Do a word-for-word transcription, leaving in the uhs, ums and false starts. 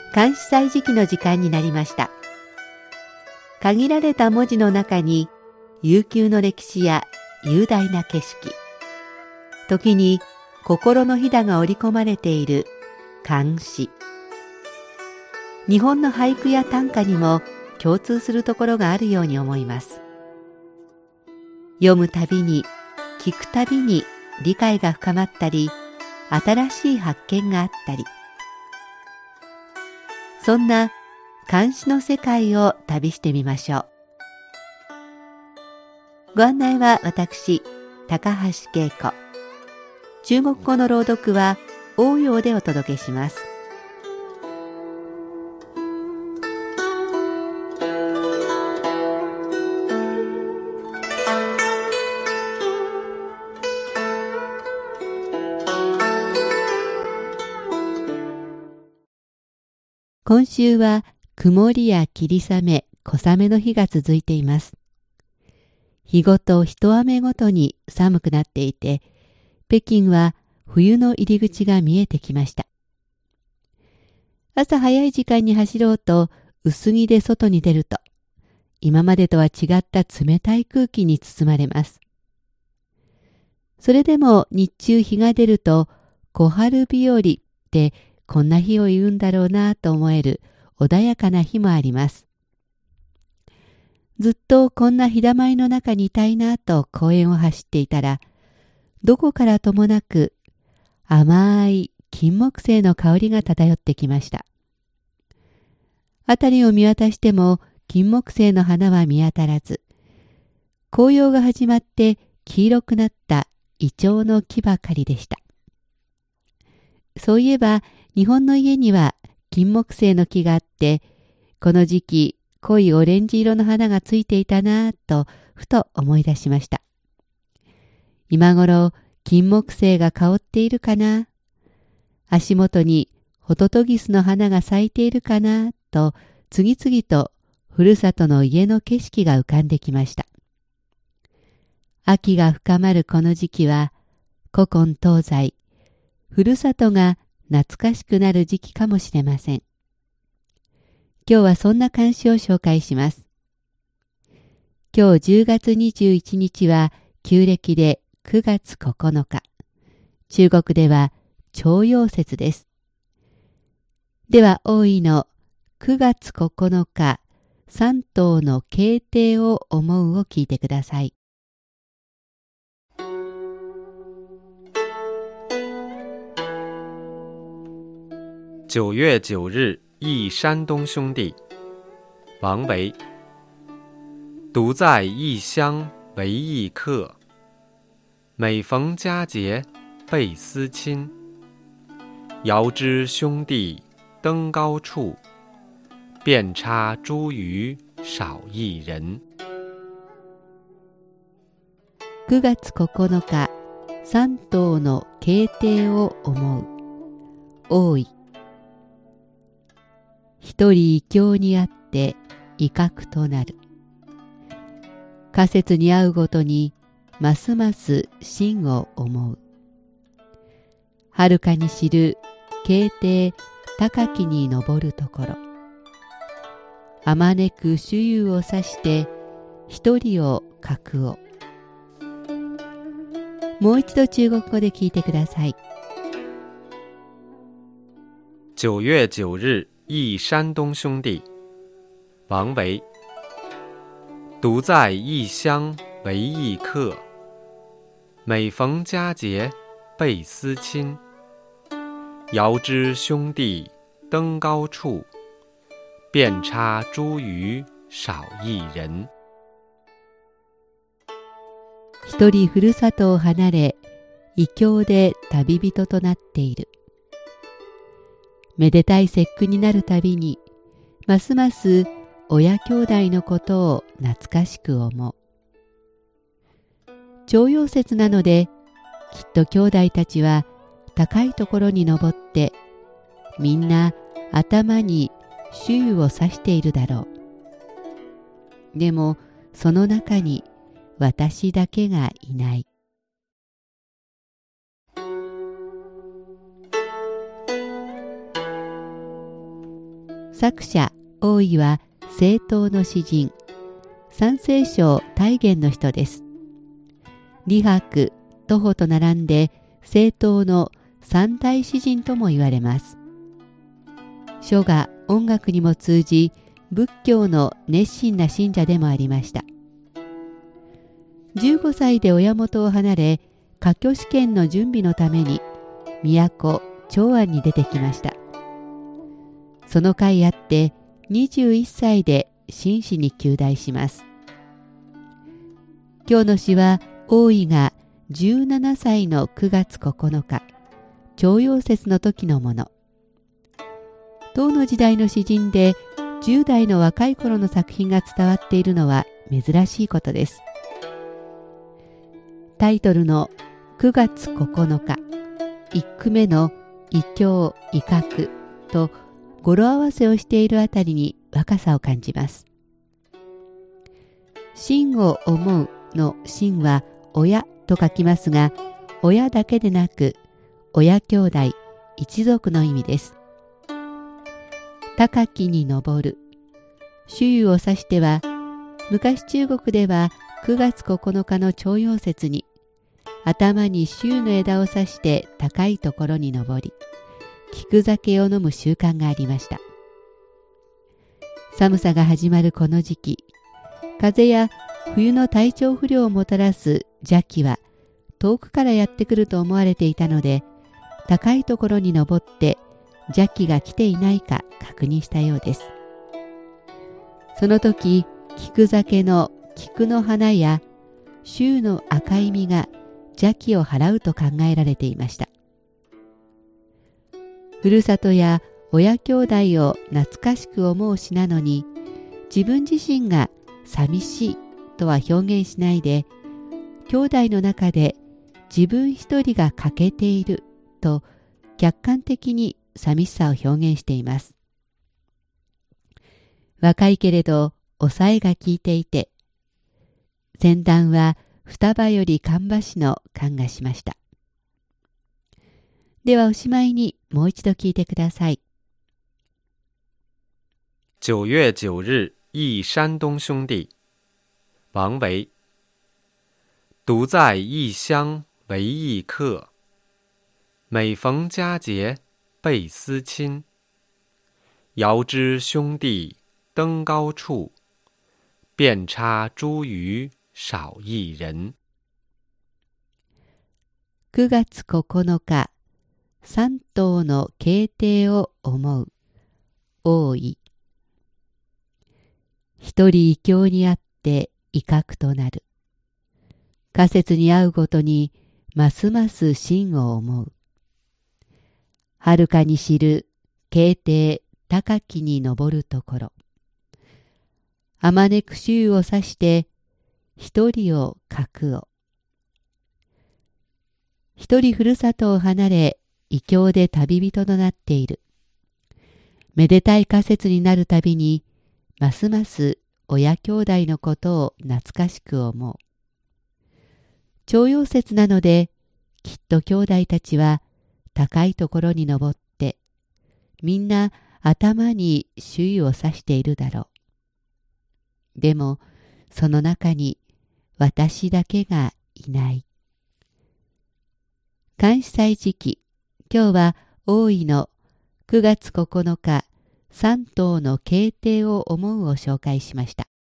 漢詩歳時記の時間になりました。限られた文字の中に悠久の歴史や雄大な景色、時に心のひだが織り込まれている漢詩。日本の俳句や短歌にも共通するところがあるように思います。読むたびに、聞くたびに理解が深まったり、新しい発見があったり、そんな漢詩の世界を旅してみましょう。ご案内は私、高橋恵子。中国語の朗読は応用でお届けします。今週は曇りや霧雨、小雨の日が続いています。日ごと一雨ごとに寒くなっていて、北京は冬の入り口が見えてきました。朝早い時間に走ろうと薄着で外に出ると、今までとは違った冷たい空気に包まれます。それでも日中日が出ると、小春日和ってこんな日を言うんだろうなと思える穏やかな日もあります。ずっとこんな日だまりの中にいたいなと公園を走っていたら、どこからともなく甘い金木犀の香りが漂ってきました。あたりを見渡しても金木犀の花は見当たらず、紅葉が始まって黄色くなったイチョウの木ばかりでした。そういえば日本の家には金木犀の木があって、この時期濃いオレンジ色の花がついていたなぁとふと思い出しました。今頃金木犀が香っているかな、足元にホトトギスの花が咲いているかなと、次々とふるさとの家の景色が浮かんできました。秋が深まるこの時期は、古今東西、ふるさとが懐かしくなる時期かもしれません。今日はそんな漢詩を紹介します。今日じゅうがつにじゅういちにちは旧暦でくがつここのか。中国では重陽節です。では多いのくがつここのか三頭の慶帝を思うを聞いてください。 九月九日忆山东兄弟，王维。独在异乡为异客，每逢佳节倍思亲。遥知兄弟登高处，遍插茱萸少一人。 くがつここのか三頭の慶帝を思う。多い。一人異郷にあって異格となる。仮説に会うごとにますます真を思う。遥かに知る慶帝高きに登るところ。あまねく主遊を指して一人を格を。もう一度中国語で聞いてください。 九月九日忆山东兄弟，王维。独在异乡为异客，每逢佳节倍思亲。遥知兄弟登高处，遍插茱萸少一人。 一人ふるさとを離れ、異郷で旅人となっている。めでたい節句になるたびに、ますます親兄弟のことを懐かしく思う。重陽節なので、きっと兄弟たちは高いところに登って、みんな頭に朱油を刺しているだろう。でもその中に私だけがいない。 作者大井は政党の詩人、山西省太原の人です。李白、徒歩と並んで政党の三大詩人とも言われます。書が音楽にも通じ、仏教の熱心な信者でもありました。じゅうごさいで親元を離れ、科挙試験の準備のために都長安に出てきました。その甲斐あってにじゅういっさいで進士に及第します。今日の詩は大井がじゅうななさいのくがつここのか、徴用節の時のもの。唐の時代の詩人でじゅう代の若い頃の作品が伝わっているのは珍しいことです。タイトルのくがつここのか、一句目の異教異覚と語呂合わせをしているあたりに若さを感じます。心を思うの心は親と書きますが、親だけでなく親兄弟、一族の意味です。高きに登る、秋雨を指しては、昔中国ではくがつここのかの徴用節に頭に秋の枝を刺して高いところに登り、菊酒を飲む習慣がありました。寒さが始まるこの時期、風邪や冬の体調不良をもたらす邪気は遠くからやってくると思われていたので、高いところに登って邪気が来ていないか確認したようです。その時、菊酒の菊の花や秋の赤い実が邪気を払うと考えられていました。ふるさとや親兄弟を懐かしく思う詩なのに、自分自身が寂しいとは表現しないで、兄弟の中で自分一人が欠けていると客観的に寂しさを表現しています。若いけれど抑えが効いていて、前段は双葉より芳しの感がしました。ではおしまいにもう一度聞いてください。 九月九日忆山東兄弟，王维。独在异乡为异客，每逢佳节倍思亲。遥知兄弟登高处，遍插茱萸少一人。 くがつここのか、三頭の慶帝を思う大井。一人異教にあって異覚となる。仮説に会うごとにますます心を思う。遥かに知る慶帝高きに登るところ。あまねく秋を指して一人を欠くを。一人ふるさとを離れ異教で旅人となっている。めでたい仮説になるたびにますます親兄弟のことを懐かしく思う。徴用節なので、きっと兄弟たちは高いところに登って、みんな頭に秋を刺しているだろう。でも、その中に私だけがいない。漢詩祭時期、今日は大井のくがつここのか、三頭の慶帝を思うを紹介しました。